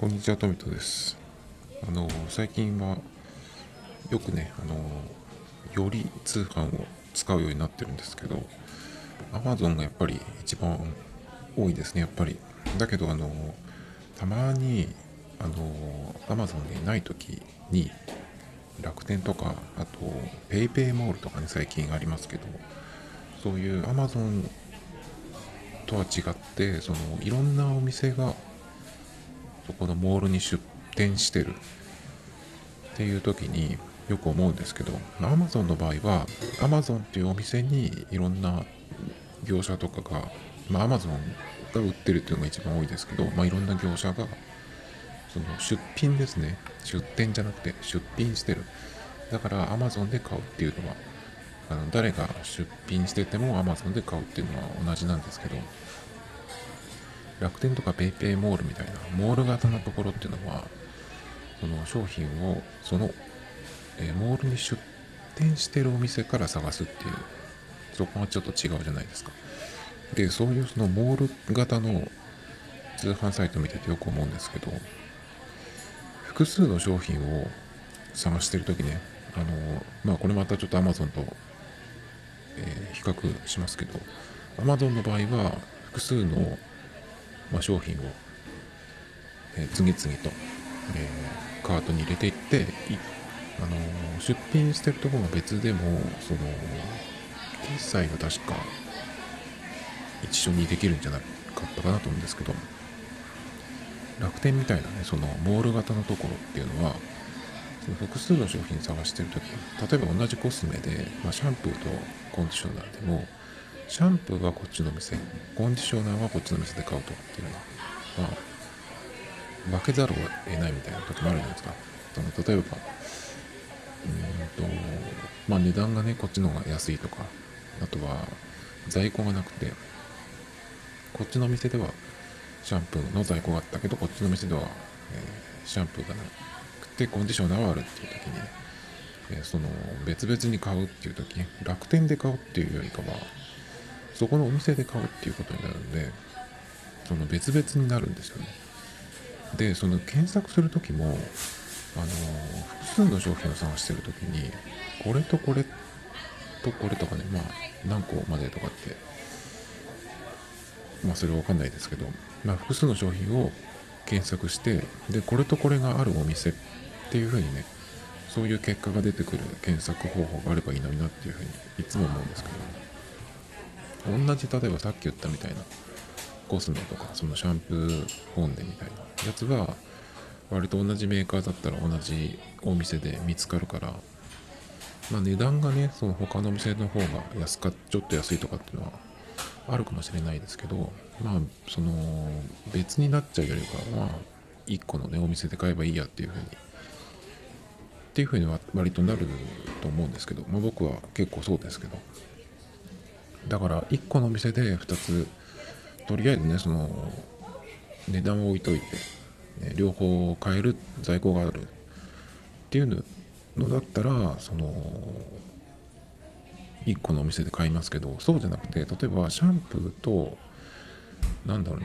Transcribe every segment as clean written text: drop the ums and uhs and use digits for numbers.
こんにちは、トミトです。最近はよくね、より通販を使うようになってるんですけど、Amazon がやっぱり一番多いですね、やっぱり。だけど、たまに、Amazon でない時に、楽天とか、あと、PayPay モールとかね、最近ありますけど、そういう Amazon とは違って、いろんなお店が、そこのモールに出店してるっていう時によく思うんですけど、 Amazon の場合は Amazon っていうお店にいろんな業者とかが、Amazon が売ってるっていうのが一番多いですけど、いろんな業者がその出品ですね、出店じゃなくて出品してる。だから Amazon で買うっていうのは、誰が出品してても Amazon で買うっていうのは同じなんですけど、楽天とか PayPay モールみたいなモール型のところっていうのは、その商品をモールに出店してるお店から探すっていう、そこがちょっと違うじゃないですか。で、そういうそのモール型の通販サイト見ててよく思うんですけど、複数の商品を探してるときね、これまたちょっと Amazon と、比較しますけど、Amazon の場合は複数の、商品を、次々と、カートに入れていって、出品してるところが別でも、決済が確か一緒にできるんじゃなかったかなと思うんですけど、楽天みたいなね、そのモール型のところっていうのは、その複数の商品探してるとき、例えば同じコスメで、シャンプーとコンディショナーでも、シャンプーはこっちの店、コンディショナーはこっちの店で買うとっていうのは、分けざるを得ないみたいな時もあるじゃないですか。例えば、値段がね、こっちの方が安いとか、あとは在庫がなくて、こっちの店ではシャンプーの在庫があったけど、こっちの店では、シャンプーがなくてコンディショナーはあるっていう時にね、別々に買うっていう時、楽天で買うっていうよりかは、そこのお店で買うっていうことになるんで、その別々になるんですよね。で、その検索する時も、複数の商品を探してる時に、これとこれとこれとかね、何個までとかって、それはわかんないですけど、複数の商品を検索して、で、これとこれがあるお店っていう風にね、そういう結果が出てくる検索方法があればいいのになっていう風にいつも思うんですけど、同じ、例えばさっき言ったみたいなコスメとか、そのシャンプー本でみたいなやつが、割と同じメーカーだったら同じお店で見つかるから、値段がね、その他のお店の方がちょっと安いとかっていうのはあるかもしれないですけど、その別になっちゃうよりかは、一個のねお店で買えばいいやっていうふうには割となると思うんですけど、僕は結構そうですけど、だから一個のお店で二つ、とりあえずね、その値段を置いといて、両方買える在庫があるっていうのだったら、一個のお店で買いますけど、そうじゃなくて、例えばシャンプーと、なんだろうな、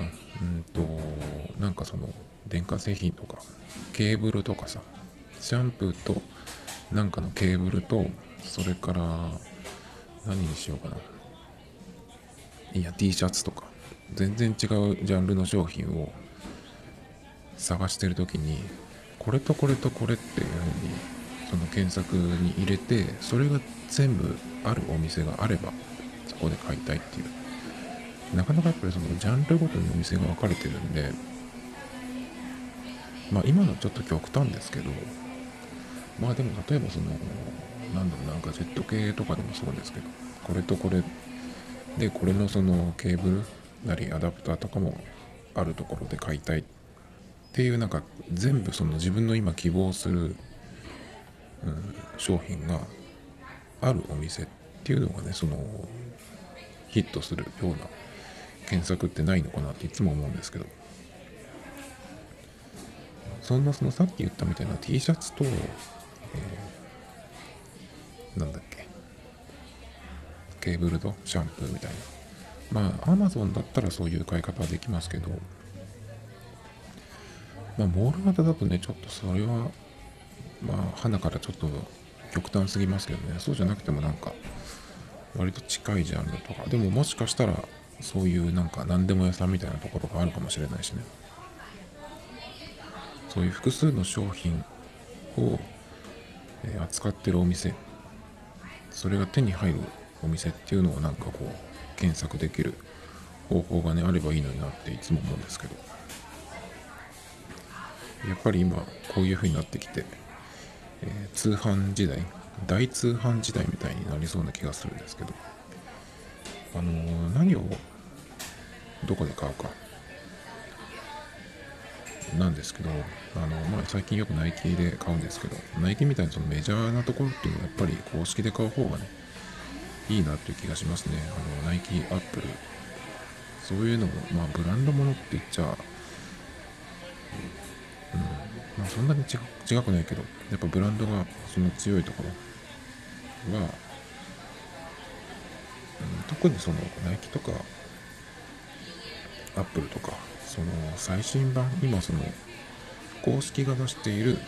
電化製品とか、ケーブルとかさ、シャンプーと、なんかのケーブルと、それから、何にしようかな。いや、T シャツとか、全然違うジャンルの商品を探してるときに、これとこれとこれっていうふうに、その検索に入れて、それが全部あるお店があれば、そこで買いたいっていう。なかなかやっぱりそのジャンルごとにお店が分かれてるんで、今のちょっと極端ですけど、でも例えばガジェット系とかでもそうですけど、これとこれで、これのそのケーブルなりアダプターとかもあるところで買いたいっていう、全部その自分の今希望する、商品があるお店っていうのがね、ヒットするような検索ってないのかなっていつも思うんですけど、そのさっき言ったみたいな T シャツと、なんだっけ、ケーブルとシャンプーみたいな、Amazon だったらそういう買い方はできますけど、 モール型だとね、ちょっとそれは、花からちょっと極端すぎますけどね。そうじゃなくてもなんか、割と近いジャンルとか、でももしかしたら、そういうなんか何でも屋さんみたいなところがあるかもしれないしね。そういう複数の商品を扱ってるお店、それが手に入るお店っていうのをなんかこう、検索できる方法がね、あればいいのになっていつも思うんですけど、やっぱり今、こういう風になってきて、通販時代、大通販時代みたいになりそうな気がするんですけど、何をどこで買うかなんですけど、最近よくナイキで買うんですけど、ナイキみたいなそのメジャーなところっていうのはやっぱり公式で買う方がね、いいなっていう気がしますね。ナイキ、アップル、そういうのも、ブランドものって言っちゃ、そんなに違くないけど、やっぱブランドがその強いところは、特にそのナイキとかアップルとか、その最新版、今その公式が出している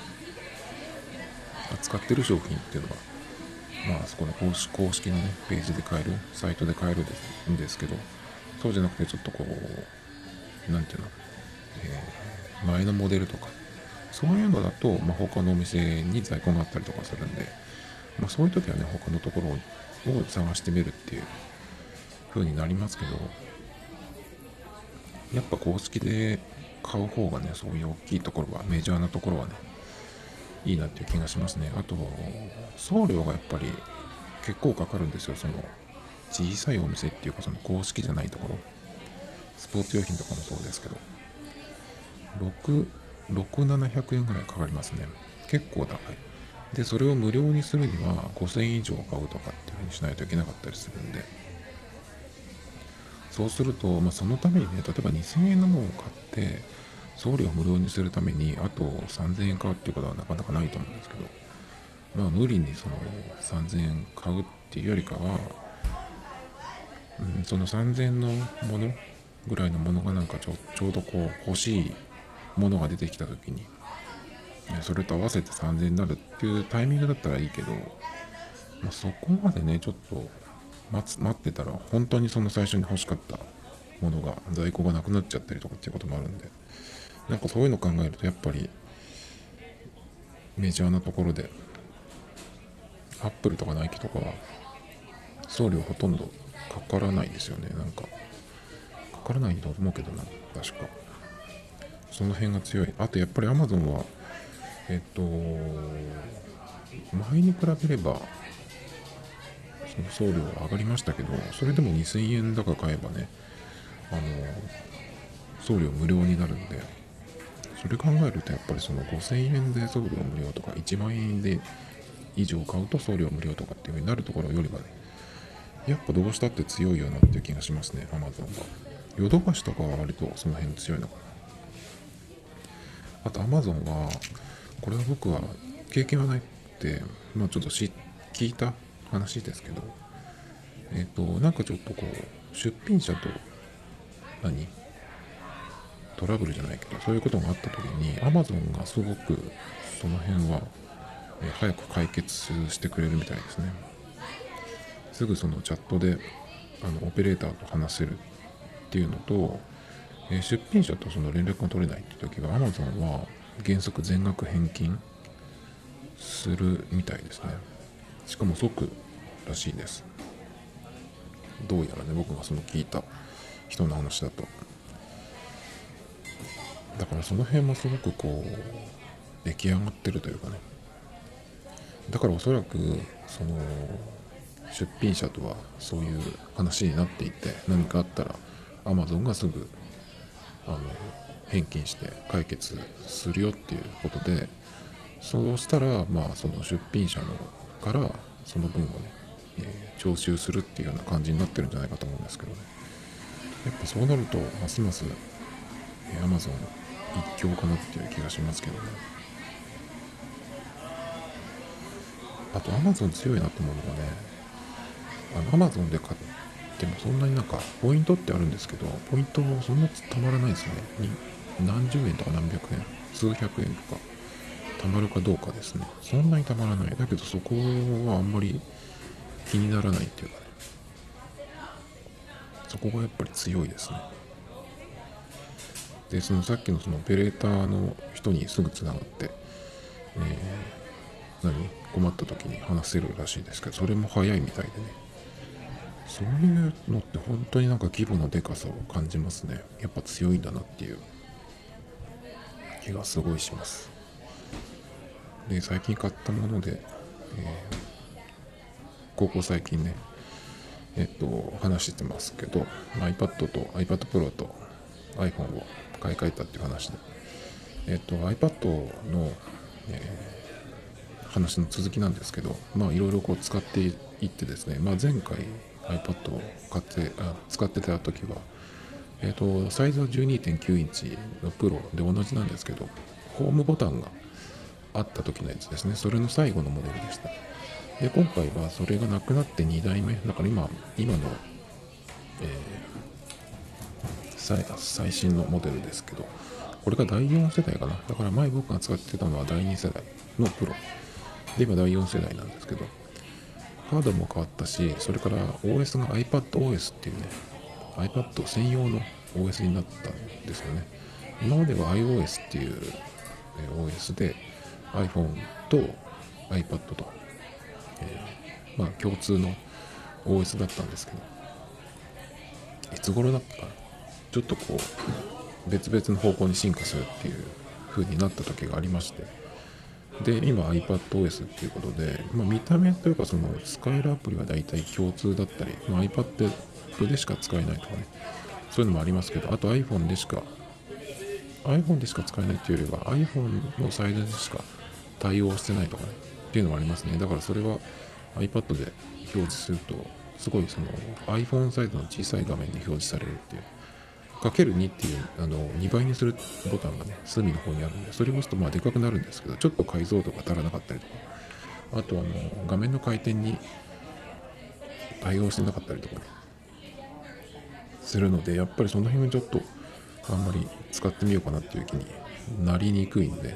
扱ってる商品っていうのは、そこの公式のね、ページで買える、サイトで買えるんですけど、そうじゃなくてちょっとこう、なんていうの、前のモデルとか、そういうのだと、他のお店に在庫があったりとかするんで、そういう時はね、他のところを探してみるっていう風になりますけど、やっぱ公式で買う方がね、そういう大きいところは、メジャーなところはね、いいなっていう気がしますね。あと、送料がやっぱり結構かかるんですよ。その小さいお店っていうか、その公式じゃないところ、スポーツ用品とかもそうですけど、700円ぐらいかかりますね。結構高い。で、それを無料にするには5000円以上買うとかっていう風にしないといけなかったりするんで、そうすると、そのためにね、例えば2000円のものを買って、送料無料にするために、あと3000円買うっていうことはなかなかないと思うんですけど、無理にその3000円買うっていうよりかは、その3000円のものぐらいのものがなんかちょうどこう欲しいものが出てきた時に、それと合わせて3000円になるっていうタイミングだったらいいけど、そこまでね、ちょっと待ってたら、本当にその最初に欲しかったものが、在庫がなくなっちゃったりとかっていうこともあるんで、なんかそういうのを考えると、やっぱりメジャーなところで、アップルとかナイキとかは、送料ほとんどかからないですよね。なんか、かからないと思うけどな、確か。その辺が強い。あとやっぱり Amazon は、前に比べれば、その送料は上がりましたけど、それでも2000円高買えばね、あの、送料無料になるんで、それ考えるとやっぱりその5000円で送料無料とか1万円で以上買うと送料無料とかっていう風になるところよりはね、やっぱどうしたって強いよなっていう気がしますね、Amazon は。ヨドバシとかは割とその辺強いのかな。あと Amazon は、これは僕は経験はないって、ちょっと聞いた話ですけど、なんかちょっとこう、出品者と何トラブルじゃないけど、そういうことがあった時に Amazon がすごくその辺は早く解決してくれるみたいですね。すぐそのチャットでオペレーターと話せるっていうのと、出品者とその連絡が取れないって時は Amazon は原則全額返金するみたいですね。しかも即らしいです。どうやらね、僕がその聞いた人の話だと。だからその辺もすごくこう出来上がってるというかね。だからおそらくその出品者とはそういう話になっていて、何かあったら Amazon がすぐあの返金して解決するよっていうことで、そうしたらその出品者のからその分をね、徴収するっていうような感じになってるんじゃないかと思うんですけどね。やっぱそうなるとますます Amazon 一強かなっていう気がしますけどね。あと Amazon 強いなと思うのがね、Amazon で買ってもそんなになんかポイントってあるんですけど、ポイントもそんなたまらないですよね。何十円とか何百円数百円とか貯まるかどうかですね。そんなに貯まらない。だけどそこはあんまり気にならないっていうかね、そこがやっぱり強いですね。で、そのさっきのそのオペレーターの人にすぐつながって、困った時に話せるらしいですけど、それも早いみたいでね。そういうのって本当になんか規模のでかさを感じますね。やっぱ強いんだなっていう気がすごいします。で、最近買ったもので、ここ最近ね、話してますけど、iPad と iPad Pro と iPhone を買い替えたっていう話で、iPad の、話の続きなんですけど、いろいろこう使っていってですね、前回 iPad を使ってた時は、サイズは 12.9 インチのプロで同じなんですけど、ホームボタンがあった時のやつですね。それの最後のモデルでした。で、今回はそれがなくなって2代目。だから今の、最新のモデルですけど、これが第4世代かな。だから前僕が使ってたのは第2世代のプロ。で、今第4世代なんですけど、ハードも変わったし、それから OS が iPadOS っていうね、iPad 専用の OS になったんですよね。今までは iOS っていう OS で iPhone と iPad と、共通の OS だったんですけど、いつ頃だったかな、ちょっとこう別々の方向に進化するっていう風になった時がありまして、で今 iPadOS っていうことで、見た目というかその使えるアプリは大体共通だったり、iPad でしか使えないとかね、そういうのもありますけど、あと iPhone でしか使えないっていうよりは iPhone のサイズでしか対応してないとかねっていうのもありますね。だからそれは iPad で表示するとすごいその iPhone サイズの小さい画面に表示されるっていう、かける2っていう2倍にするボタンがね隅の方にあるんで、それを押すとでかくなるんですけど、ちょっと解像度が足らなかったりとか、あと画面の回転に対応してなかったりとかねするので、やっぱりその辺はちょっとあんまり使ってみようかなっていう気になりにくいので、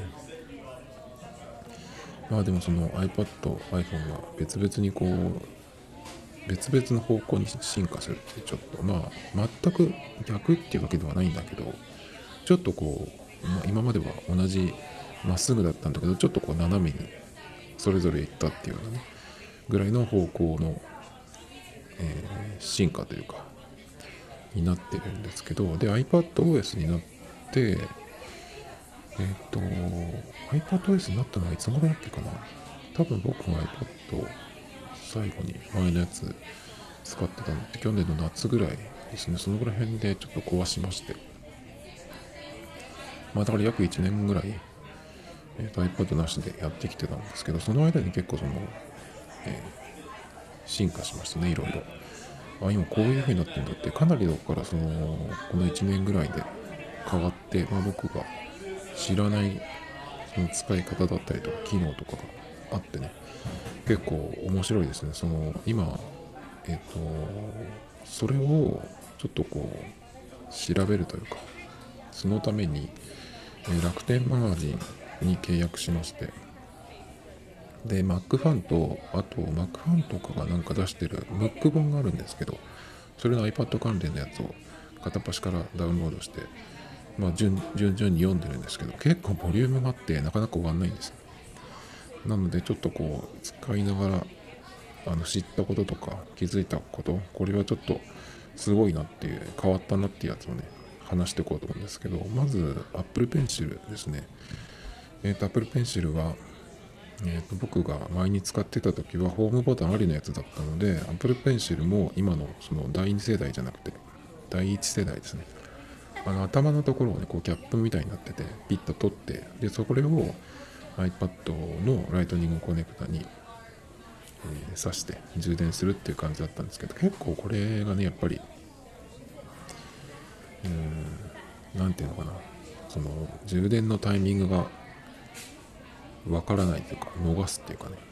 でもその iPad と iPhone が別々にこう別々の方向に進化するってちょっと全く逆っていうわけではないんだけど、ちょっとこう、今までは同じまっすぐだったんだけど、ちょっとこう斜めにそれぞれ行ったっていうようなねぐらいの方向の、進化というかになってるんですけど、で iPadOS になって、iPadOS になったのはいつ頃だっけかな。多分僕が iPad を最後に前のやつ使ってたのって去年の夏ぐらいですね。そのぐらい辺でちょっと壊しまして、だから約1年ぐらい、iPad なしでやってきてたんですけど、その間に結構その、進化しましたね、いろいろ。今こういう風になってるんだって、かなりどこからこの1年ぐらいで変わって、僕が知らないその使い方だったりとか機能とかがあってね、結構面白いですね。今それをちょっとこう調べるというか、そのために、楽天マガジンに契約しまして、で Mac ファンと、あと Mac ファンとかがなんか出してるムック本があるんですけど、それの iPad 関連のやつを片っ端からダウンロードして、順々に読んでるんですけど、結構ボリュームがあってなかなか終わんないんですよ。なのでちょっとこう使いながら知ったこととか気づいたこと、これはちょっとすごいなっていう、変わったなっていうやつをね話していこうと思うんですけど、まず Apple Pencil ですね。Apple Pencil は、僕が前に使ってた時はホームボタンありのやつだったので、 Apple Pencil も今のその第2世代じゃなくて第1世代ですね。頭のところをねこうキャップみたいになっててピッと取って、でそれを iPad のライトニングコネクタに挿して充電するっていう感じだったんですけど、結構これがねやっぱりなんていうのかな、その充電のタイミングがわからないというか逃すっていうかね、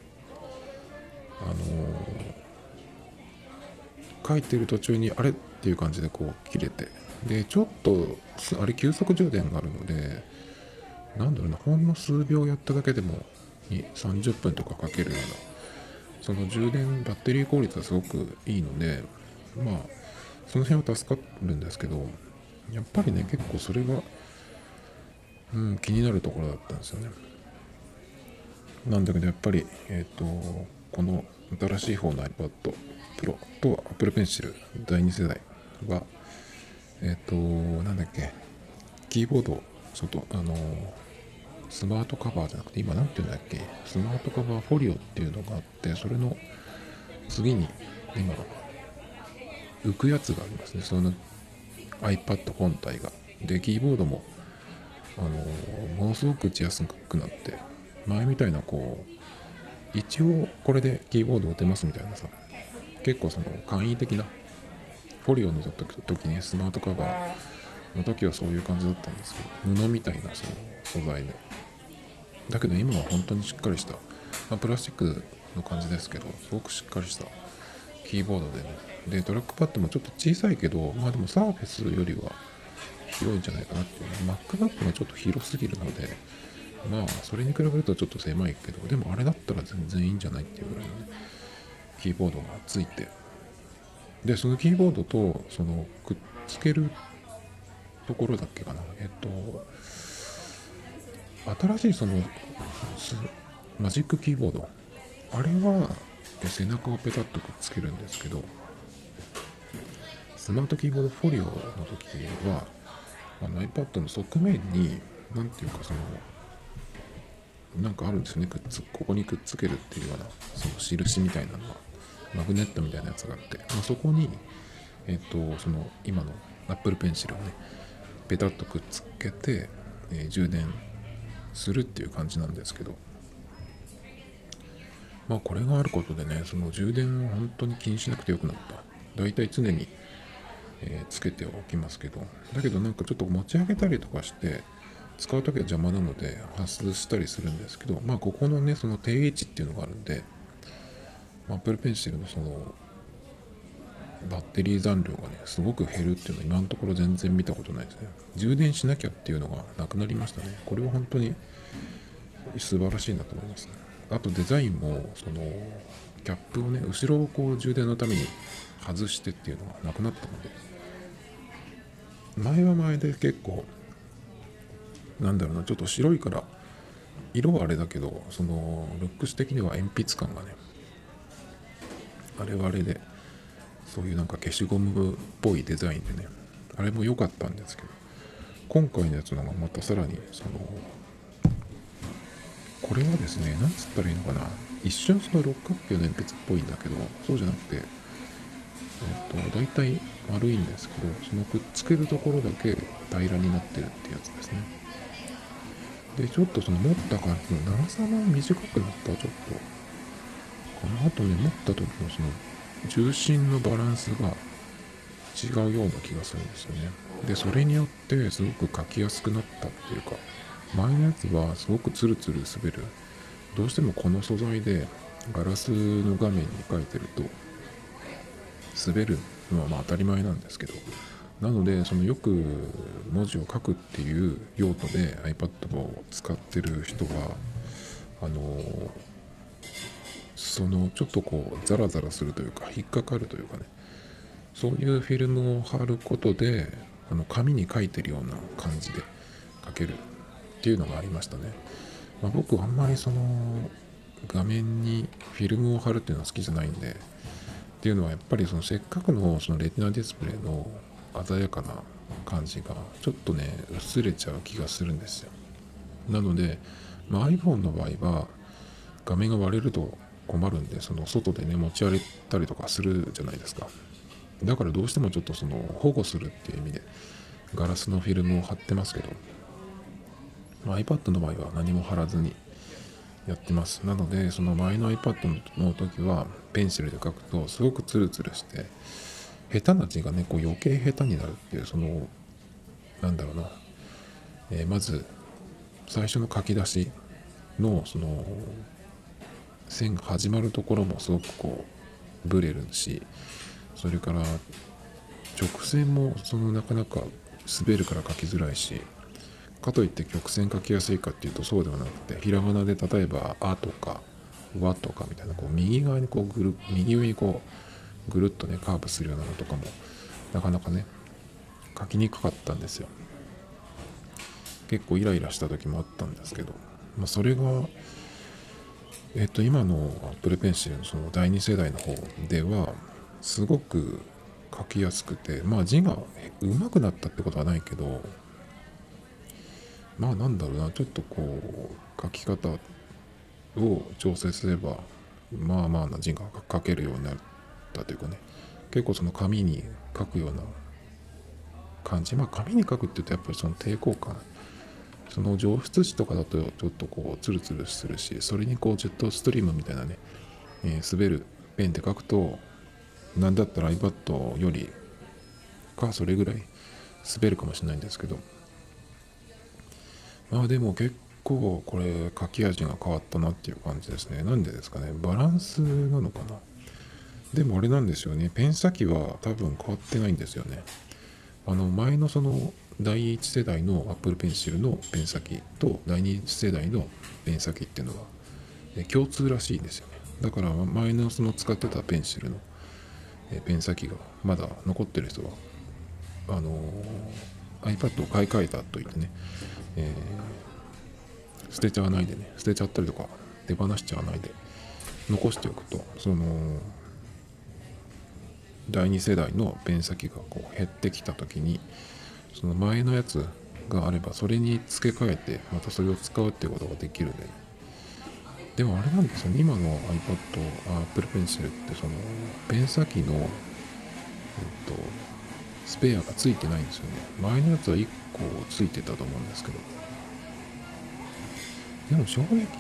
書いてる途中にあれっていう感じでこう切れて、でちょっとあれ急速充電があるので、 なんだろうな、ほんの数秒やっただけでも30分とかかけるような、その充電バッテリー効率はすごくいいので、まあその辺は助かるんですけど、やっぱりね結構それが、気になるところだったんですよね。なんだけどやっぱりこの新しい方の iPad Pro と Apple Pencil 第2世代はなんだっけ、キーボードスマートカバーじゃなくて、今なんて言うんだっけ、スマートカバーフォリオっていうのがあって、それの次に今浮くやつがありますね。その iPad 本体が。で、キーボードもものすごく打ちやすくなって、前みたいな一応これでキーボード打てますみたいなさ、結構その簡易的なフォリオの時にスマートカバーの時はそういう感じだったんですけど、布みたいなその素材で、だけど今は本当にしっかりした、プラスチックの感じですけど、すごくしっかりしたキーボードでね。でトラックパッドもちょっと小さいけど、でもサーフェスよりは広いんじゃないかなっていう。MacBook がちょっと広すぎるので、それに比べるとちょっと狭いけど、でもあれだったら全然いいんじゃないっていうぐらいのね、キーボードがついて、でそのキーボードとそのくっつけるところだっけかな、新しいそのマジックキーボード、あれは背中をペタッとくっつけるんですけど、スマートキーボードフォリオの時はiPad の側面になんていうかなんかあるんですよね。ここにくっつけるっていうようなその印みたいなのが、マグネットみたいなやつがあって、そこにその今の Apple Pencil をねペタッとくっつけて、充電するっていう感じなんですけど、これがあることでね、その充電を本当に気にしなくてよくなった。だいたい常に、つけておきますけど、だけどなんかちょっと持ち上げたりとかして使うときは邪魔なので外したりするんですけど、ここのねその定位置っていうのがあるんで、Apple Pencil のそのバッテリー残量がねすごく減るっていうのは今のところ全然見たことないですね。充電しなきゃっていうのがなくなりましたね。これは本当に素晴らしいなと思いますね。あとデザインもそのキャップをね後ろを充電のために外してっていうのがなくなったので、前は前で結構なんだろうな、ちょっと白いから色はあれだけど、そのルックス的には鉛筆感がね、あれはあれでそういうなんか消しゴムっぽいデザインでね、あれも良かったんですけど、今回のやつのがまたさらにこれはですね、なんつったらいいのかな、一瞬その六角形の鉛筆っぽいんだけど、そうじゃなくて大体丸いんですけど、そのくっつけるところだけ平らになってるってやつですね。でちょっとその持った感じの長さも短くなった。ちょっとこの後ね、持った時のその重心のバランスが違うような気がするんですよね。でそれによってすごく書きやすくなったっていうか、前のやつはすごくツルツル滑る。どうしてもこの素材でガラスの画面に書いてると滑るのは当たり前なんですけど、なのでそのよく文字を書くっていう用途で iPad を使ってる人はそのちょっとザラザラするというか引っかかるというかね、そういうフィルムを貼ることで紙に書いてるような感じで書けるっていうのがありましたね。僕はあんまりその画面にフィルムを貼るっていうのは好きじゃないんで、っていうのはやっぱりそのせっかくのそのレティナディスプレイの鮮やかな感じがちょっとね薄れちゃう気がするんですよ。なので、iPhone の場合は画面が割れると困るんで、その外でね持ち歩いたりとかするじゃないですか。だからどうしてもちょっとその保護するっていう意味でガラスのフィルムを貼ってますけど、iPad の場合は何も貼らずにやってます。なのでその前の iPad の時はペンシルで書くとすごくツルツルして下手な字がね余計下手になるっていう、そのなんだろうな、まず最初の書き出しのその線が始まるところもすごくブレるし、それから直線もそのなかなか滑るから書きづらいし、 かといって曲線書きやすいかっていうとそうではなくて、ひらがなで例えば「あ」とか「わ」とかみたいなこう右側にこう右上にこうぐるっとねカーブするようなのとかもなかなかね書きにくかったんですよ。結構イライラした時もあったんですけど、それが今の Apple Pencil のその第2世代の方ではすごく書きやすくて、字が上手くなったってことはないけど、なんだろうな、ちょっとこう書き方を調整すればな字が書けるようになったというかね、結構その紙に書くような感じ、紙に書くって言うとやっぱりその抵抗感、その上筆紙とかだとちょっとこうツルツルするし、それにこうジェットストリームみたいなね、滑るペンで書くとなんだったら iPad よりかそれぐらい滑るかもしれないんですけど、でも結構これ書き味が変わったなっていう感じですね。なんでですかね、バランスなのかな。でもあれなんですよね、ペン先は多分変わってないんですよね。前のその第1世代の Apple Pencil のペン先と第2世代のペン先っていうのは共通らしいんですよね。だから前のその使ってたペンシルのペン先がまだ残ってる人はiPad を買い替えたといってね、捨てちゃわないでね、捨てちゃったりとか手放しちゃわないで残しておくと、その第2世代のペン先がこう減ってきた時に、その前のやつがあればそれに付け替えてまたそれを使うっていうことができるので、でもあれなんですよね、今の Apple Pencil ってそのペン先の、スペアがついてないんですよね。前のやつは1個ついてたと思うんですけど、でも正直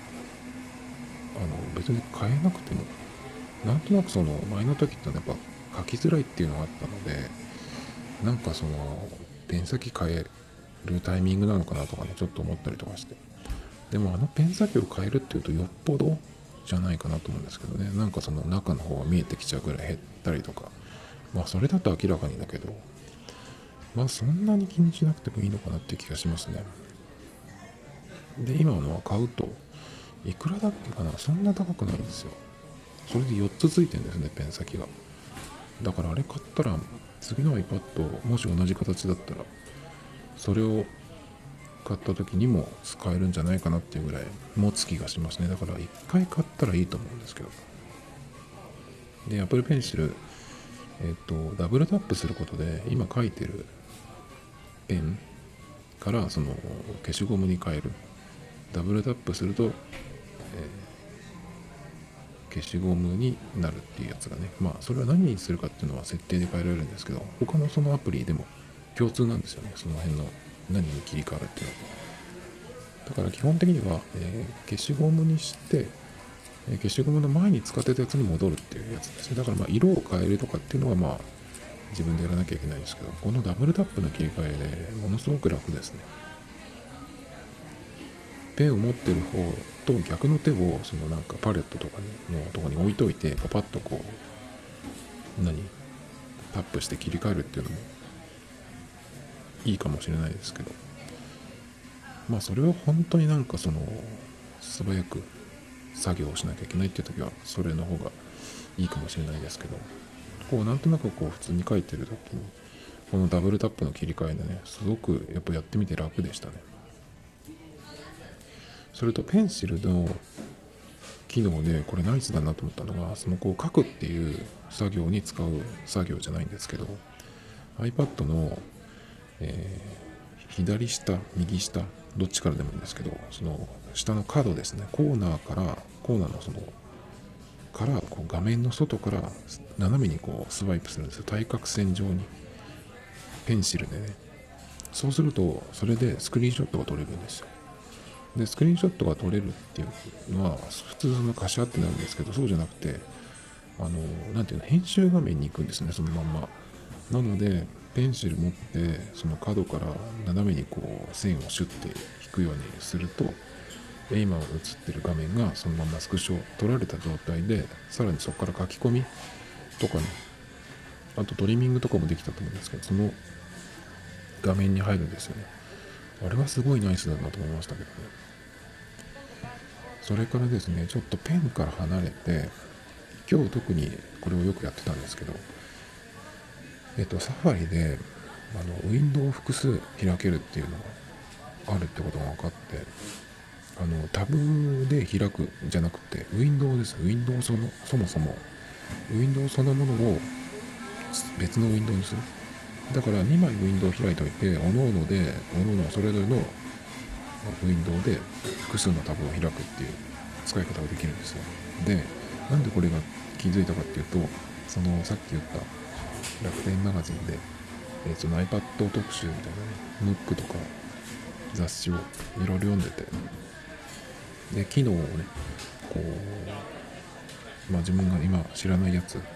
別に変えなくてもなんとなくその前の時ってやっぱ書きづらいっていうのがあったので、なんかそのペン先変えるタイミングなのかなとかねちょっと思ったりとかして、でもペン先を変えるっていうとよっぽどじゃないかなと思うんですけどね、なんかその中の方が見えてきちゃうぐらい減ったりとか、それだと明らかにだけど、そんなに気にしなくてもいいのかなっていう気がしますね。で今のは買うといくらだっけかな、そんな高くないんですよ。それで4つついてるんですね、ペン先が。だからあれ買ったら次の iPad もし同じ形だったらそれを買った時にも使えるんじゃないかなっていうぐらい持つ気がしますね。だから1回買ったらいいと思うんですけど、で Apple Pencil、ダブルタップすることで今書いてるペンからその消しゴムに変える、ダブルタップすると、消しゴムになるっていうやつがね、それは何にするかっていうのは設定で変えられるんですけど、他のそのアプリでも共通なんですよね、その辺の何に切り替わるっていうのは。だから基本的には、消しゴムにして、消しゴムの前に使ってたやつに戻るっていうやつですね。だから色を変えるとかっていうのは自分でやらなきゃいけないんですけど、このダブルタップの切り替えでものすごく楽ですね。ペンを持ってる方と逆の手をそのなんかパレットとかのとこに置いといてパパッとこうタップして切り替えるっていうのもいいかもしれないですけど、それは本当になんかその素早く作業をしなきゃいけないっていう時はそれの方がいいかもしれないですけど、こうなんとなくこう普通に書いてる時にこのダブルタップの切り替えでね、すごくやっぱやってみて楽でしたね。それとペンシルの機能でこれナイスだなと思ったのが、そのこう書くっていう作業に使う作業じゃないんですけど、 iPad の、左下右下どっちからでもいいんですけど、その下の角ですね、コーナーのそのからこう画面の外から斜めにこうスワイプするんですよ、対角線上にペンシルでね。そうするとそれでスクリーンショットが撮れるんですよ。でスクリーンショットが撮れるっていうのは普通のカシャってなるんですけど、そうじゃなくてなんていうの、編集画面に行くんですね、そのまんま。なのでペンシル持ってその角から斜めにこう線をシュッて引くようにすると、今映ってる画面がそのままスクショ撮られた状態で、さらにそこから書き込みとかね、あとトリミングとかもできたと思うんですけど、その画面に入るんですよね。 あれはすごいナイスだなと思いましたけどね。それからですね、ちょっとペンから離れて、今日特にこれをよくやってたんですけど、サファリでウィンドウを複数開けるっていうのがあるってことが分かって、タブで開くんじゃなくて、ウィンドウです。ウィンドウそもそもウィンドウそのものを別のウィンドウにする。だから2枚ウィンドウを開いておいて、各々それぞれのウィンドウで複数のタブを開くっていう使い方ができるんですよ。で、なんでこれが気づいたかっていうと、そのさっき言った楽天マガジンで、その iPad 特集みたいなね、ムックとか雑誌をいろいろ読んでて、で、機能をね、こ自分が今知らないやつを、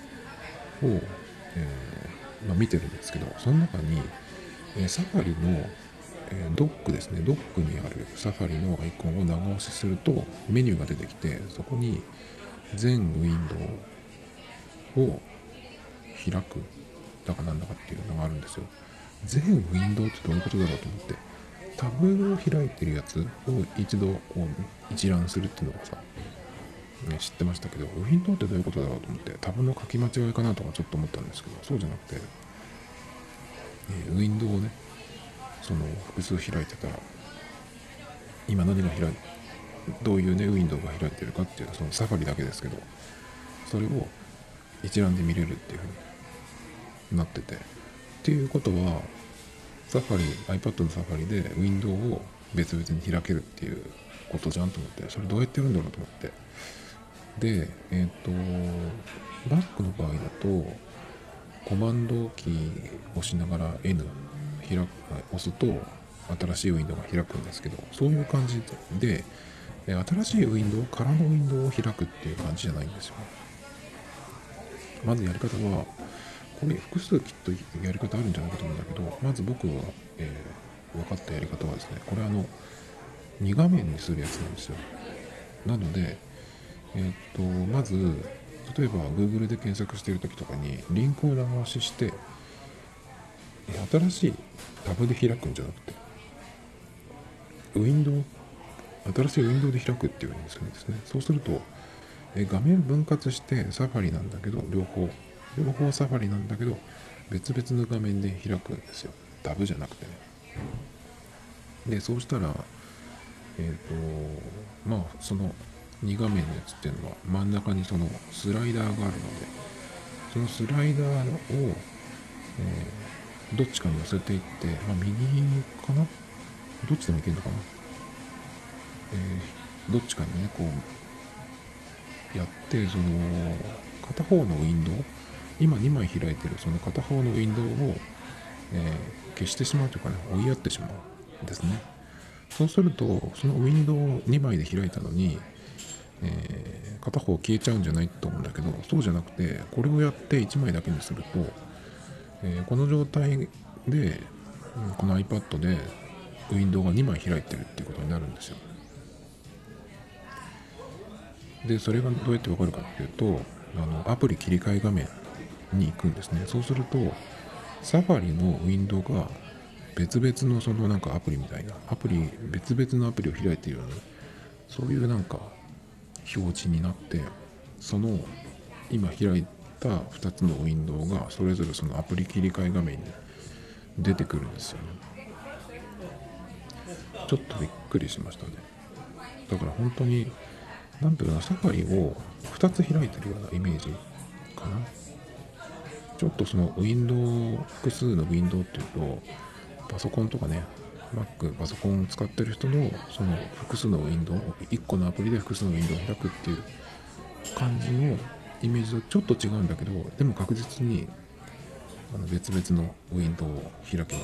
見てるんですけど、その中に、サファリの、ドックですね、ドックにあるサファリのアイコンを長押しするとメニューが出てきて、そこに全ウィンドウを開くだかなんだかっていうのがあるんですよ。全ウィンドウってどういうことだろうと思って、タブを開いてるやつを一度こう一覧するっていうのがさ、知ってましたけど、ウィンドウってどういうことだろうと思って、タブの書き間違いかなとかちょっと思ったんですけど、そうじゃなくて、ウィンドウをね、その複数開いてたら、今何がどういうねウィンドウが開いてるかっていう、そのサファリだけですけど、それを一覧で見れるっていう風になってて、っていうことはサファリ iPad のサファリでウィンドウを別々に開けるっていうことじゃんと思って、それどうやってやるんだろうと思って、でバックの場合だとコマンドキーを押しながら N 押すと新しいウィンドウが開くんですけど、そういう感じで新しいウィンドウからのウィンドウを開くっていう感じじゃないんですよ。まずやり方は、これ複数きっとやり方あるんじゃないかと思うんだけど、まず僕が、分かったやり方はですね、これ2画面にするやつなんですよ。なので、まず例えば Google で検索している時とかにリンクを長押しして新しいタブで開くんじゃなくて、新しいウィンドウで開くっていう風にするんですね。そうすると画面分割してサファリなんだけど、両方サファリなんだけど別々の画面で開くんですよ。タブじゃなくてね。でそうしたらその2画面のやつっていうのは真ん中にそのスライダーがあるので、そのスライダーを、どっちかに寄せていって、右かな、どっちでもいけるのかな、どっちかにねこうやって、その片方のウィンドウ、今2枚開いてるその片方のウィンドウを、消してしまうというかね、追いやってしまうんですね。そうするとそのウィンドウを2枚で開いたのに、片方消えちゃうんじゃないと思うんだけど、そうじゃなくて、これをやって1枚だけにすると、この状態で、この iPad でウィンドウが2枚開いてるっていうことになるんですよ。でそれがどうやってわかるかっていうと、アプリ切り替え画面に行くんですね。そうするとサファリのウィンドウが別々のそのなんかアプリみたいな別々のアプリを開いているような、そういうなんか表示になって、その今開いた2つのウィンドウがそれぞれそのアプリ切り替え画面に出てくるんですよね。ちょっとびっくりしましたね。だから本当になんていうか、サファリを2つ開いてるようなイメージかな。ちょっとそのウィンドウ、複数のウィンドウっていうと、パソコンとかね、Mac、パソコンを使ってる人のその複数のウィンドウ、1個のアプリで複数のウィンドウを開くっていう感じのイメージとちょっと違うんだけど、でも確実に別々のウィンドウを開けます。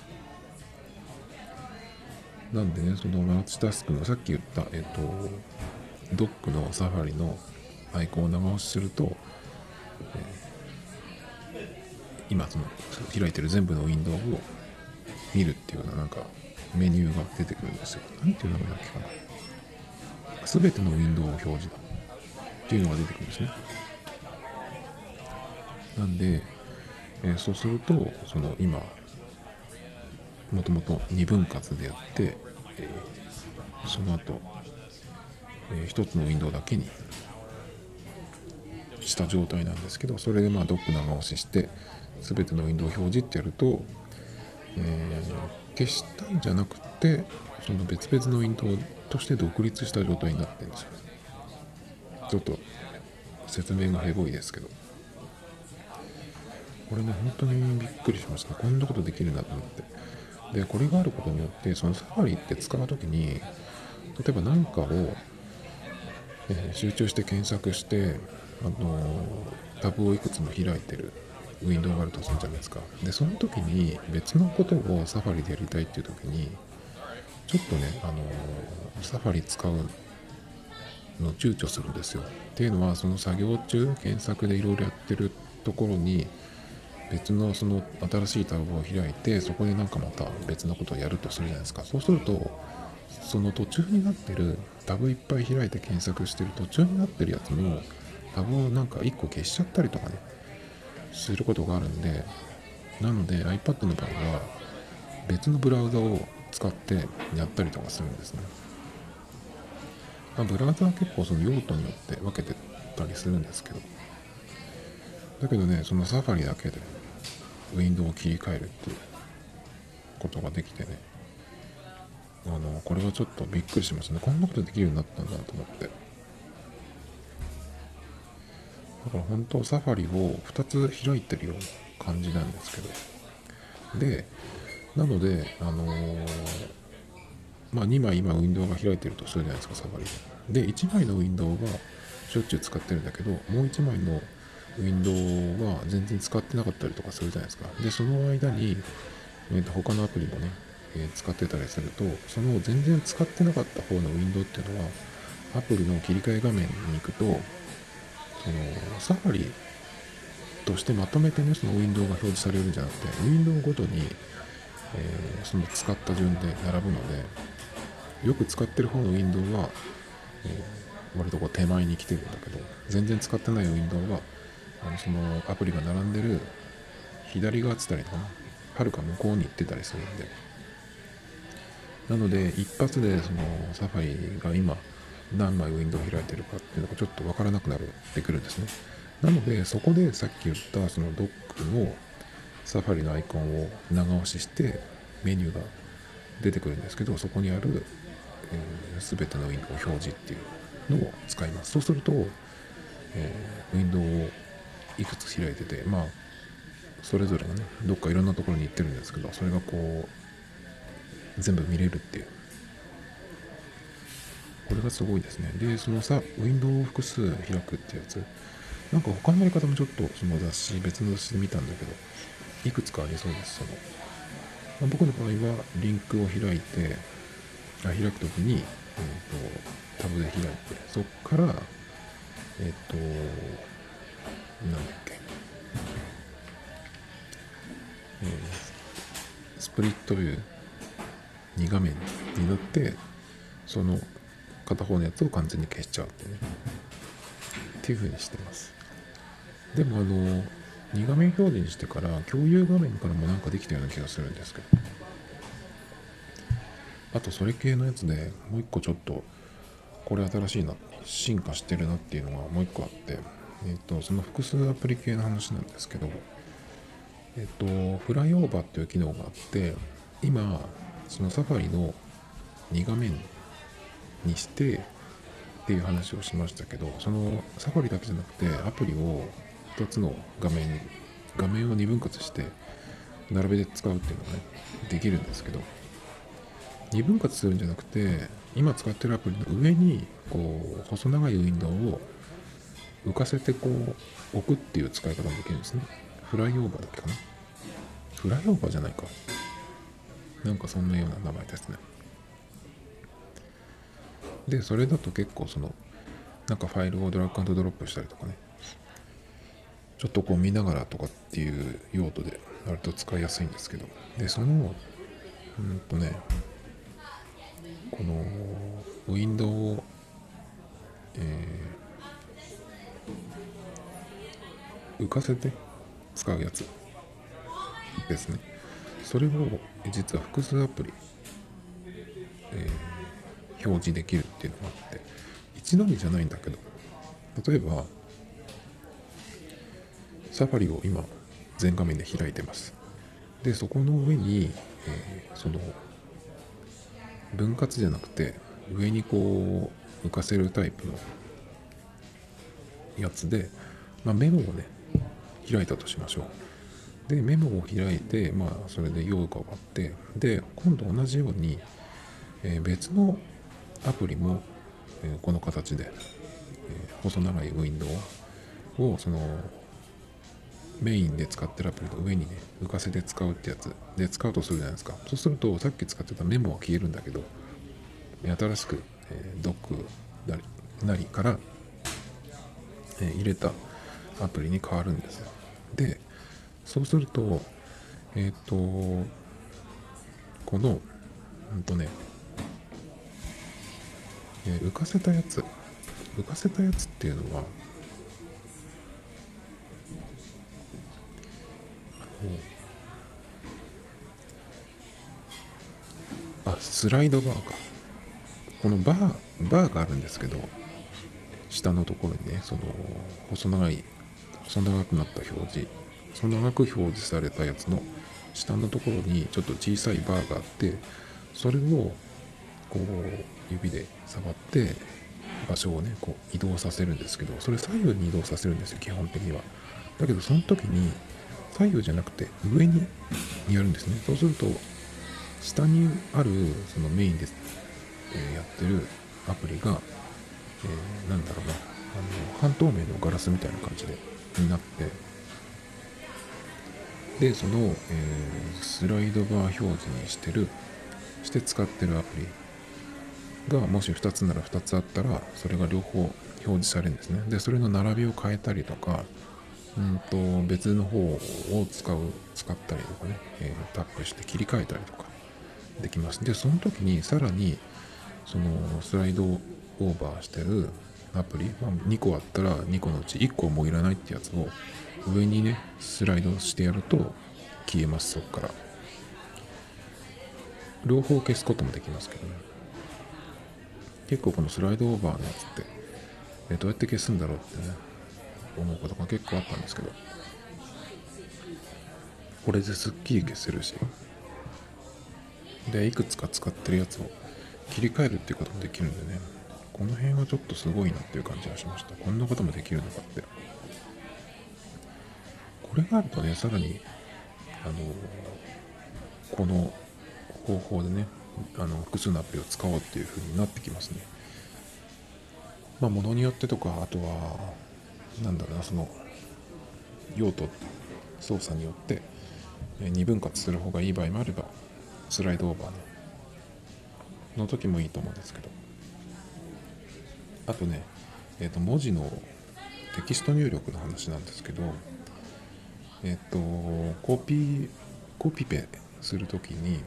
なんでね、そのマルチタスクのさっき言った、ドックのサファリのアイコンを長押しすると、今その開いてる全部のウィンドウを見るっていうようななんかメニューが出てくるんですよ。なんていう名前だっけかな。すべてのウィンドウを表示っていうのが出てくるんですね。なんで、そうするとその今もともと2分割でやって、その後、一つのウィンドウだけにした状態なんですけど、それでドック長押しして全てのウィンドウを表示ってやると、消したんじゃなくてその別々のウィンドウとして独立した状態になってるんですよ。ちょっと説明がヘボいですけど、これね本当にびっくりしました。こんなことできるんだと思って。でこれがあることによって、そのサファリって使うときに、例えば何かを、集中して検索して、タブをいくつも開いてるウィンドウがあるとするじゃないですか。でその時に別のことをサファリでやりたいっていう時に、ちょっとね、サファリ使うの躊躇するんですよ。っていうのは、その作業中検索でいろいろやってるところに別のその新しいタブを開いて、そこでなんかまた別のことをやるとするじゃないですか。そうするとその途中になってるタブいっぱい開いて検索してる途中になってるやつのタブをなんか1個消しちゃったりとかねすることがあるんで、なので iPad の場合は別のブラウザを使ってやったりとかするんですね。ブラウザは結構その用途によって分けてたりするんですけど、だけどね、そのサファリだけでウィンドウを切り替えるっていうことができてね、これはちょっとびっくりしましたね。こんなことできるようになったんだと思って。だから本当サファリを2つ開いてるような感じなんですけど、でなので2枚今ウィンドウが開いてるとするじゃないですか、サファリで。で1枚のウィンドウはしょっちゅう使ってるんだけど、もう1枚のウィンドウは全然使ってなかったりとかするじゃないですか。でその間に、他のアプリもね、使ってたりすると、その全然使ってなかった方のウィンドウっていうのはアプリの切り替え画面に行くと、そのサファリとしてまとめてね、そのウィンドウが表示されるんじゃなくて、ウィンドウごとに、その使った順で並ぶので、よく使ってる方のウィンドウは、割とこう手前に来てるんだけど、全然使ってないウィンドウはそのアプリが並んでる左側っつったりとかな、はるか向こうに行ってたりするんで、なので一発でそのサファリが今何枚ウィンドウを開いてるかっていうのがちょっと分からなくなってくるんですね。なのでそこでさっき言ったそのドックのサファリのアイコンを長押ししてメニューが出てくるんですけど、そこにある、全てのウィンドウ表示っていうのを使います。そうすると、ウィンドウをいくつ開いてて、それぞれがねどっかいろんなところに行ってるんですけど、それがこう全部見れるっていう、これがすごいですね。でそのウィンドウを複数開くってやつ、なんか他のやり方もちょっとその別の雑誌で見たんだけど、いくつかありそうです。僕の場合はリンクを開いて開くときに、タブで開いて、そっからなんだっけ、スプリットビュー2画面になって、その片方のやつを完全に消しちゃうってね、っていう風にしてます。でも2画面表示にしてから共有画面からもなんかできたような気がするんですけど、あとそれ系のやつでもう一個ちょっとこれ新しいな、進化してるなっていうのがもう一個あって、その複数アプリ系の話なんですけど、フライオーバーっていう機能があって、今そのサファリの2画面にしてっていう話をしましたけど、そのサファリだけじゃなくてアプリを2つの画面を2分割して並べて使うっていうのがねできるんですけど、2分割するんじゃなくて、今使ってるアプリの上にこう細長いウィンドウを浮かせてこう置くっていう使い方もできるんですね。フライオーバーだっけかな、フライオーバーじゃないか、なんかそんなような名前ですね。でそれだと結構なんかファイルをドラッグアンドドロップしたりとかね、ちょっとこう見ながらとかっていう用途で割と使いやすいんですけど、でそのこのウィンドウを、浮かせて使うやつですね。 それを実は複数アプリ、表示できるっていうのがあって、一度にじゃないんだけど、例えばサファリを今全画面で開いてます。でそこの上に、その分割じゃなくて上にこう浮かせるタイプのやつで、メモをね開いたとしましょう。でメモを開いて、それで用が終わって、で今度同じように、別のアプリも、この形で、細長いウィンドウをそのメインで使ってるアプリの上にね浮かせて使うってやつで使うとするじゃないですか。そうするとさっき使ってたメモは消えるんだけど、新しく、ドックなりから、入れたアプリに変わるんですよ。でそうするとこの浮かせたやつっていうのはスライドバーか。このバーがあるんですけど、下のところにね、その細長くなった表示、細長く表示されたやつの下のところにちょっと小さいバーがあって、それをこう指で触って場所をねこう移動させるんですけど、それ左右に移動させるんですよ基本的には。だけどその時に左右じゃなくて上にやるんですね。そうすると下にあるそのメインで、やってるアプリが、なんだろうな、半透明のガラスみたいな感じになって、でその、スライドバー表示にして使ってるアプリがもし2つなら2つあったら、それが両方表示されるんですね。でそれの並びを変えたりとか、別の方を使ったりとかね、タップして切り替えたりとかできます。でその時にさらにそのスライドオーバーしてるアプリ、2個あったら2個のうち1個もいらないってやつを上にねスライドしてやると消えます。そこから両方消すこともできますけどね。結構このスライドオーバーのやつって、どうやって消すんだろうってね思うことが結構あったんですけど、これですっきり消せるし、でいくつか使ってるやつを切り替えるっていうこともできるんでね、この辺はちょっとすごいなっていう感じがしました。こんなこともできるのかって。これがあるとね、さらにこの方法でね複数のアプリを使おうっていう風になってきますね。ものによってとか、あとはその用途操作によって二分割する方がいい場合もあれば、スライドオーバーの時もいいと思うんですけど、あとね、文字のテキスト入力の話なんですけど、コピペするときに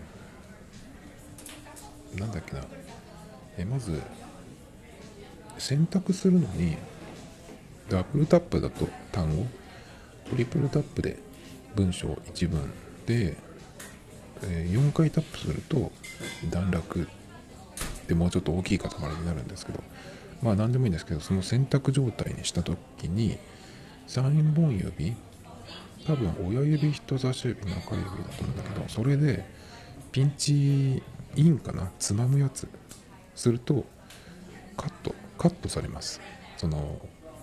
まず選択するのにダブルタップだと単語、トリプルタップで文章一文で、4回タップすると段落でもうちょっと大きい塊になるんですけど、何でもいいんですけど、その選択状態にしたときに3本指、多分親指、人差し指、中指だと思うんだけど、それでピンチインつまむやつするとカットされます。その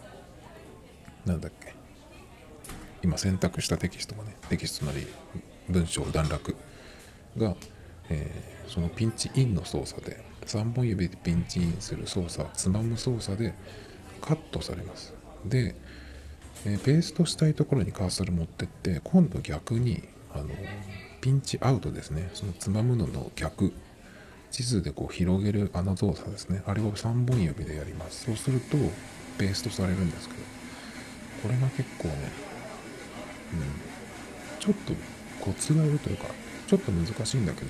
今選択したテキストなり文章段落が、そのピンチインの操作で、3本指でピンチインする操作、つまむ操作でカットされます。で、ペーストしたいところにカーソル持ってって、今度逆にピンチアウトですね、そのつまむのの逆、地図でこう広げる動作ですね、あれを3本指でやります。そうするとペーストされるんですけど、これが結構ね、ちょっとコツがいるというか、ちょっと難しいんだけど、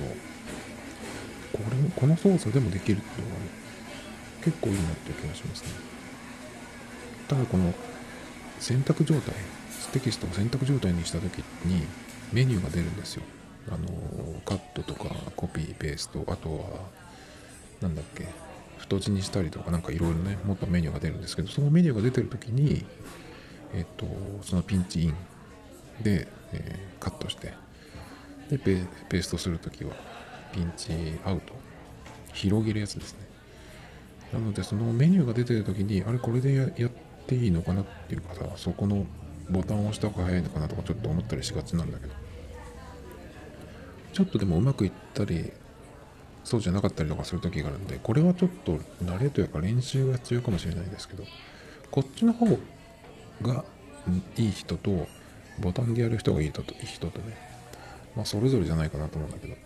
この操作でもできるっていうのがね、結構いいなっていう気がしますね。ただこのテキストを選択状態にした時にメニューが出るんですよ。 カットとかコピーペースト、あとはなんだっけ、太字にしたりとかなんかいろいろね、もっとメニューが出るんですけど、そのメニューが出てる時にそのピンチインで、カットしてでペーストするときはピンチアウト、広げるやつですね。なのでそのメニューが出てるときにあれこれでやっていいのかなっていうかさ、そこのボタンを押した方が早いのかなとかちょっと思ったりしがちなんだけど、ちょっとでもうまくいったりそうじゃなかったりとかするときがあるんで、これはちょっと慣れというか練習が必要かもしれないですけど、こっちの方がいい人とボタンでやる人がいい人とね、まあそれぞれじゃないかなと思うんだけど、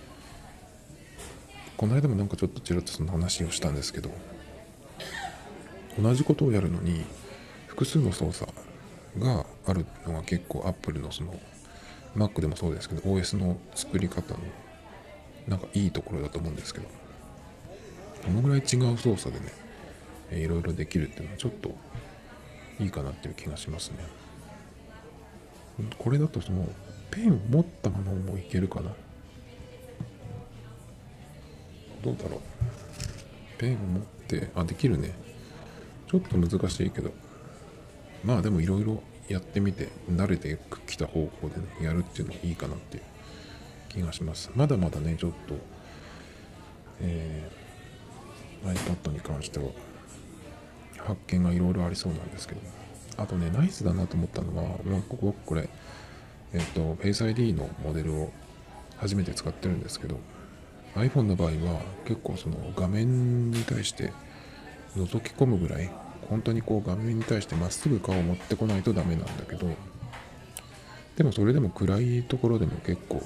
この間もなんかちょっとちらっとその話をしたんですけど、同じことをやるのに複数の操作があるのが結構 Apple のその Mac でもそうですけど OS の作り方のなんかいいところだと思うんですけど、このぐらい違う操作でねいろいろできるっていうのはちょっといいかなっていう気がしますね。これだとそのペンを持ったままもいけるかな、どうだろう。ペンを持ってできるね。ちょっと難しいけど、まあでもいろいろやってみて慣れてきた方向でねやるっていうのはいいかなっていう気がします。まだまだねちょっと、iPad に関しては発見がいろいろありそうなんですけど、あとねナイスだなと思ったのは、僕これFace ID のモデルを初めて使ってるんですけど、 iPhone の場合は結構その画面に対して覗き込むぐらい本当にこう画面に対してまっすぐ顔を持ってこないとダメなんだけど、でもそれでも暗いところでも結構、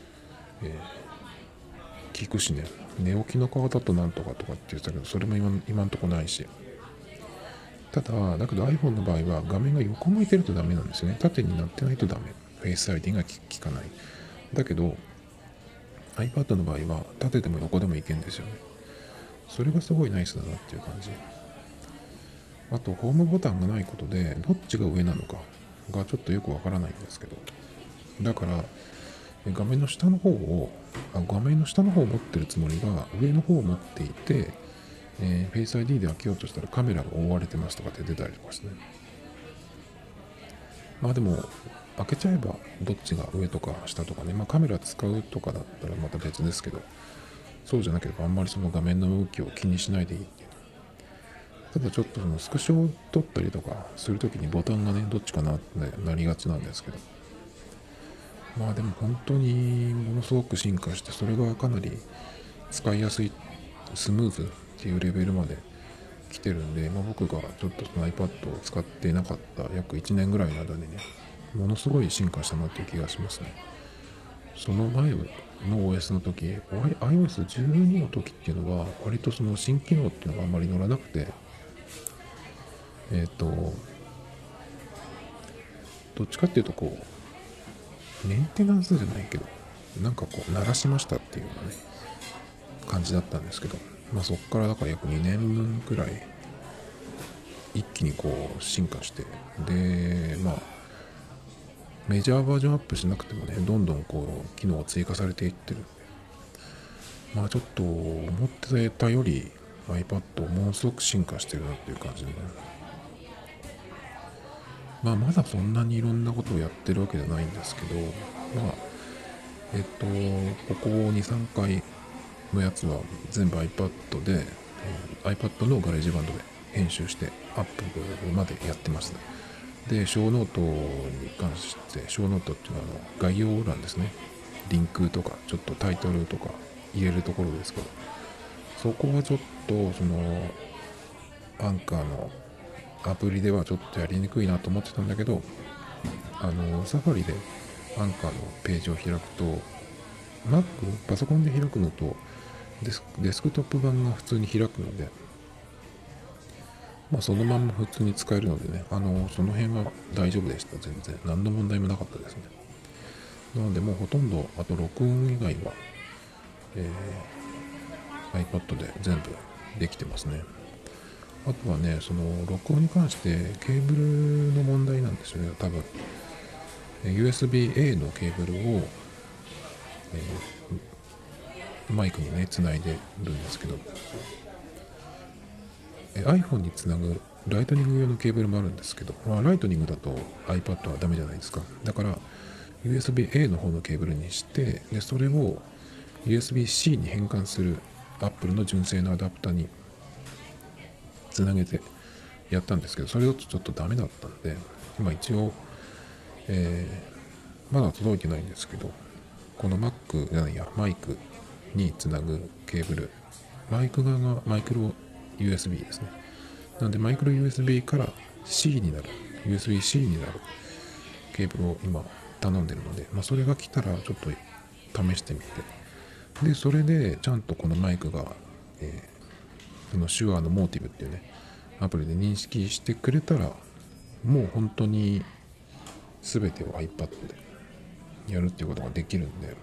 効くしね。寝起きの顔だとなんとかとかって言ってたけど、それも今んとこないし、ただだけど iPhone の場合は画面が横向いてるとダメなんですよね。縦になってないとダメ、フェイス ID が効かない。だけど iPad の場合は縦でも横でもいけんですよね。それがすごいナイスだなっていう感じ。あとホームボタンがないことでどっちが上なのかがちょっとよくわからないんですけど、だから画面の下の方を持ってるつもりが上の方を持っていて、フェイス ID で開けようとしたらカメラが覆われてますとかって出たりとかしてね。まあでも開けちゃえばどっちが上とか下とかね、まあカメラ使うとかだったらまた別ですけど、そうじゃなければあんまりその画面の動きを気にしないでいいっていう。ただちょっとそのスクショを撮ったりとかするときにボタンがねどっちかなってなりがちなんですけど、まあでも本当にものすごく進化して、それがかなり使いやすいスムーズっていうレベルまで来てるんで、僕がちょっとその iPad を使ってなかった約1年ぐらいの間にね、ものすごい進化したなっていう気がしますね。その前の OS の時、iOS12 の時っていうのは割とその新機能っていうのがあんまり乗らなくて、どっちかっていうとこうメンテナンスじゃないけど、なんかこう鳴らしましたっていうようなね感じだったんですけど、そっからだから約2年分くらい一気にこう進化して、でメジャーバージョンアップしなくてもねどんどんこう機能が追加されていってるんで、ちょっと思ってたより iPad ものすごく進化してるなっていう感じでね、まだそんなにいろんなことをやってるわけじゃないんですけど、ここ2、3回のやつは全部 iPad で、iPad のガレージバンドで編集してアップまでやってますね。で、小ノートに関して、小ノートっていうのは概要欄ですね。リンクとか、ちょっとタイトルとか入れるところですけど、そこはちょっと、アンカーのアプリではちょっとやりにくいなと思ってたんだけど、サファリでアンカーのページを開くと、パソコンで開くのとデスクトップ版が普通に開くので、そのまんま普通に使えるのでね、その辺は大丈夫でした。全然何の問題もなかったですね。なのでもうほとんど、あと録音以外は、iPad で全部できてますね。あとはね、その録音に関してケーブルの問題なんですよね。多分 USB-A のケーブルをマイクにねつないでるんですけど、iPhone につなぐライトニング用のケーブルもあるんですけど、ライトニングだと iPad はダメじゃないですか。だから USB-A の方のケーブルにして、でそれを USB-C に変換する Apple の純正のアダプタにつなげてやったんですけど、それだとちょっとダメだったんで、今一応、まだ届いてないんですけど、このマイクにつなぐケーブル、マイク側がマイクロ USB ですね。なのでマイクロ USB から C になる USB-C になるケーブルを今頼んでるので、それが来たらちょっと試してみて、でそれでちゃんとこのマイクが、その手話のモーティブっていうねアプリで認識してくれたら、もう本当に全てを iPad でやるっていうことができるんで、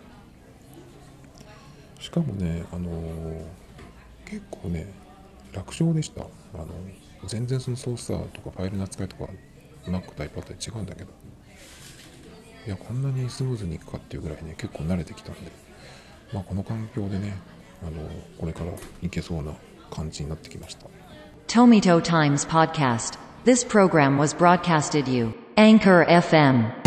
しかもね、結構ね楽勝でした。全然その操作とかファイルの扱いとか Mac と iPad で違うんだけど、いやこんなにスムーズにいくかっていうぐらいね結構慣れてきたんで、この環境でねこれからいけそうな感じになってきました。 Tomito Times Podcast. This program was broadcasted you Anchor FM